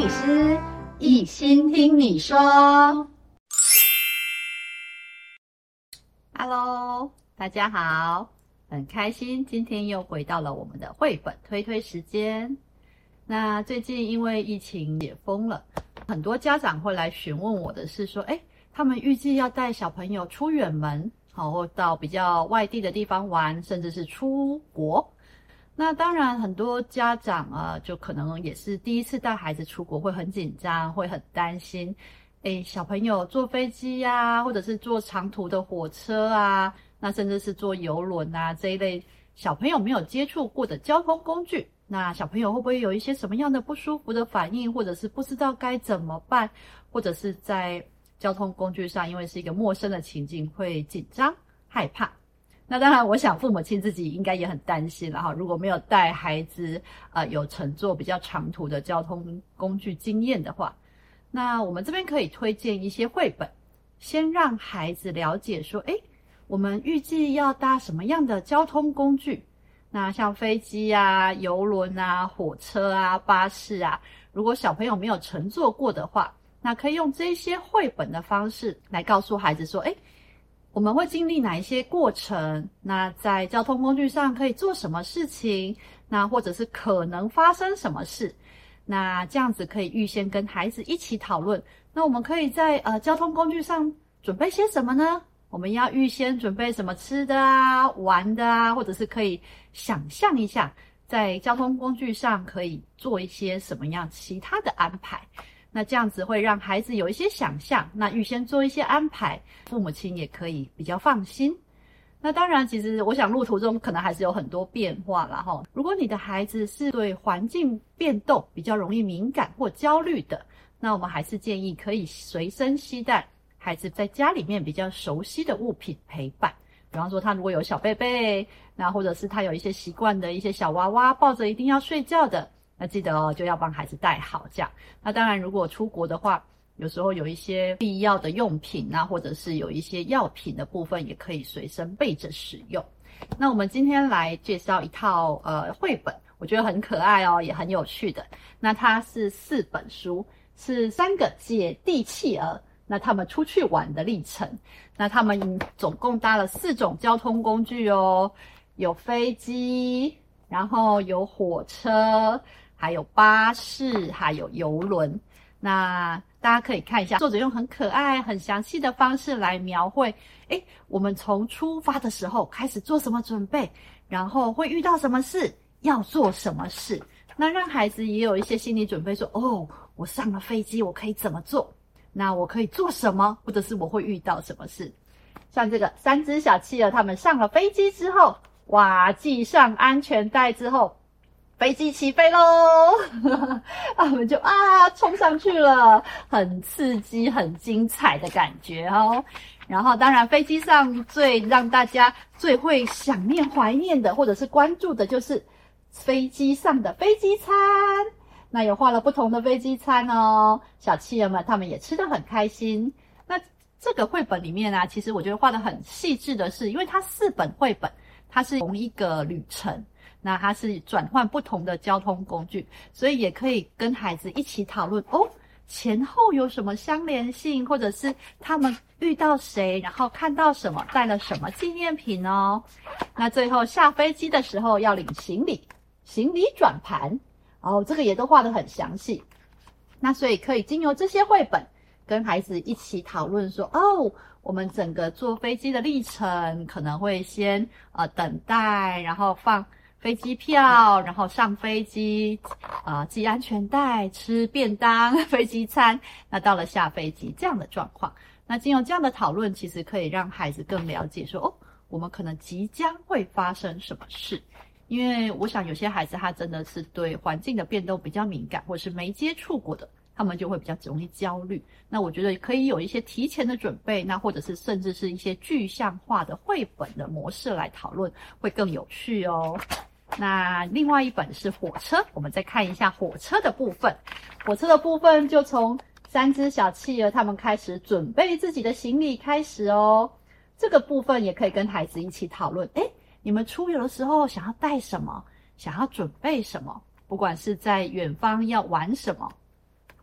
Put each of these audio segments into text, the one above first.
理师一心听你说。Hello， 大家好，很开心今天又回到了我们的绘本推推时间。那最近因为疫情解封了，很多家长会来询问我的是说，他们预计要带小朋友出远门，或到比较外地的地方玩，甚至是出国。那当然很多家长就可能也是第一次带孩子出国，会很紧张，会很担心小朋友坐飞机啊，或者是坐长途的火车啊，那甚至是坐邮轮啊，这一类小朋友没有接触过的交通工具，那小朋友会不会有一些什么样的不舒服的反应，或者是不知道该怎么办，或者是在交通工具上因为是一个陌生的情境会紧张害怕。那当然我想父母亲自己应该也很担心啦，如果没有带孩子有乘坐比较长途的交通工具经验的话，那我们这边可以推荐一些绘本，先让孩子了解说我们预计要搭什么样的交通工具，那像飞机啊、邮轮啊、火车啊、巴士啊，如果小朋友没有乘坐过的话，那可以用这些绘本的方式来告诉孩子说我们会经历哪一些过程，那在交通工具上可以做什么事情，那或者是可能发生什么事，那这样子可以预先跟孩子一起讨论。那我们可以在交通工具上准备些什么呢？我们要预先准备什么吃的啊、玩的啊，或者是可以想象一下在交通工具上可以做一些什么样其他的安排。那这样子会让孩子有一些想象，那预先做一些安排，父母亲也可以比较放心。那当然其实我想路途中可能还是有很多变化啦齁。如果你的孩子是对环境变动比较容易敏感或焦虑的，那我们还是建议可以随身携带孩子在家里面比较熟悉的物品陪伴。比方说他如果有小贝贝，那或者是他有一些习惯的一些小娃娃抱着一定要睡觉的，那记得就要帮孩子带好这样。那当然如果出国的话，有时候有一些必要的用品啊，或者是有一些药品的部分也可以随身备着使用。那我们今天来介绍一套绘本，我觉得很可爱哦，也很有趣的。那它是4本书，是3个姐弟企鹅，那他们出去玩的历程。那他们总共搭了4种交通工具哦，有飞机，然后有火车，还有巴士，还有邮轮。那大家可以看一下，作者用很可爱、很详细的方式来描绘，我们从出发的时候开始做什么准备，然后会遇到什么事，要做什么事。那让孩子也有一些心理准备说，我上了飞机，我可以怎么做？那我可以做什么？或者是我会遇到什么事？像这个3只小企鹅，他们上了飞机之后，哇，系上安全带之后，飞机起飞咯我们就冲上去了，很刺激很精彩的感觉哦。然后当然飞机上最让大家最会想念怀念的或者是关注的就是飞机上的飞机餐。那有画了不同的飞机餐哦，小企鹅们他们也吃得很开心。那这个绘本里面啊，其实我觉得画得很细致的是，因为它4本绘本它是同一个旅程，那它是转换不同的交通工具，所以也可以跟孩子一起讨论前后有什么相连性，或者是他们遇到谁，然后看到什么，带了什么纪念品哦。那最后下飞机的时候要领行李，行李转盘这个也都画得很详细。那所以可以经由这些绘本跟孩子一起讨论说我们整个坐飞机的历程可能会先等待，然后放飞机票，然后上飞机系安全带，吃便当飞机餐，那到了下飞机这样的状况。那经由这样的讨论，其实可以让孩子更了解说我们可能即将会发生什么事。因为我想有些孩子他真的是对环境的变动比较敏感，或是没接触过的，他们就会比较容易焦虑。那我觉得可以有一些提前的准备，那或者是甚至是一些具象化的绘本的模式来讨论，会更有趣哦。那另外一本是火车，我们再看一下火车的部分。火车的部分就从3只小企鹅他们开始准备自己的行李开始哦。这个部分也可以跟孩子一起讨论，你们出游的时候想要带什么，想要准备什么，不管是在远方要玩什么，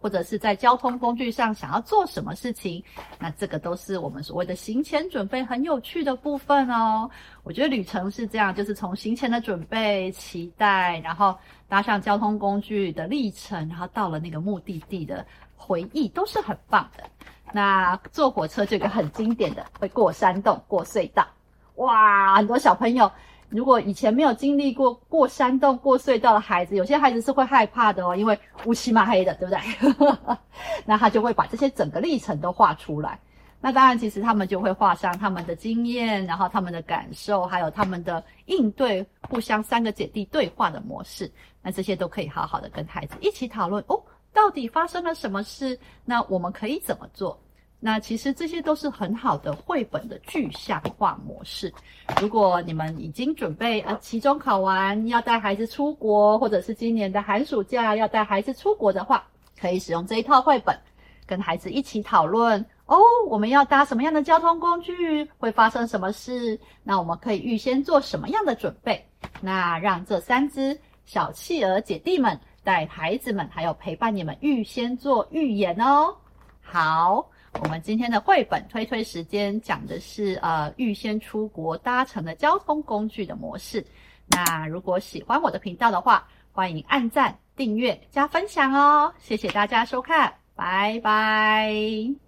或者是在交通工具上想要做什么事情，那这个都是我们所谓的行前准备很有趣的部分哦。我觉得旅程是这样，就是从行前的准备、期待，然后搭上交通工具的历程，然后到了那个目的地的回忆，都是很棒的。那坐火车就有一个很经典的，会过山洞、过隧道。哇，很多小朋友如果以前没有经历过过山洞、过隧道的孩子，有些孩子是会害怕的哦，因为乌漆嘛黑的，对不对？那他就会把这些整个历程都画出来。那当然，其实他们就会画上他们的经验，然后他们的感受，还有他们的应对，互相三个姐弟对话的模式。那这些都可以好好的跟孩子一起讨论哦，到底发生了什么事？那我们可以怎么做？那其实这些都是很好的绘本的具象化模式。如果你们已经准备期中考完要带孩子出国，或者是今年的寒暑假要带孩子出国的话，可以使用这一套绘本，跟孩子一起讨论哦，我们要搭什么样的交通工具，会发生什么事？那我们可以预先做什么样的准备？那让这3只小企鹅姐弟们带孩子们，还有陪伴你们预先做预演哦。好，我们今天的绘本推推时间讲的是预先出国搭乘的交通工具的模式。那如果喜欢我的频道的话，欢迎按赞、订阅、加分享哦。谢谢大家收看，拜拜。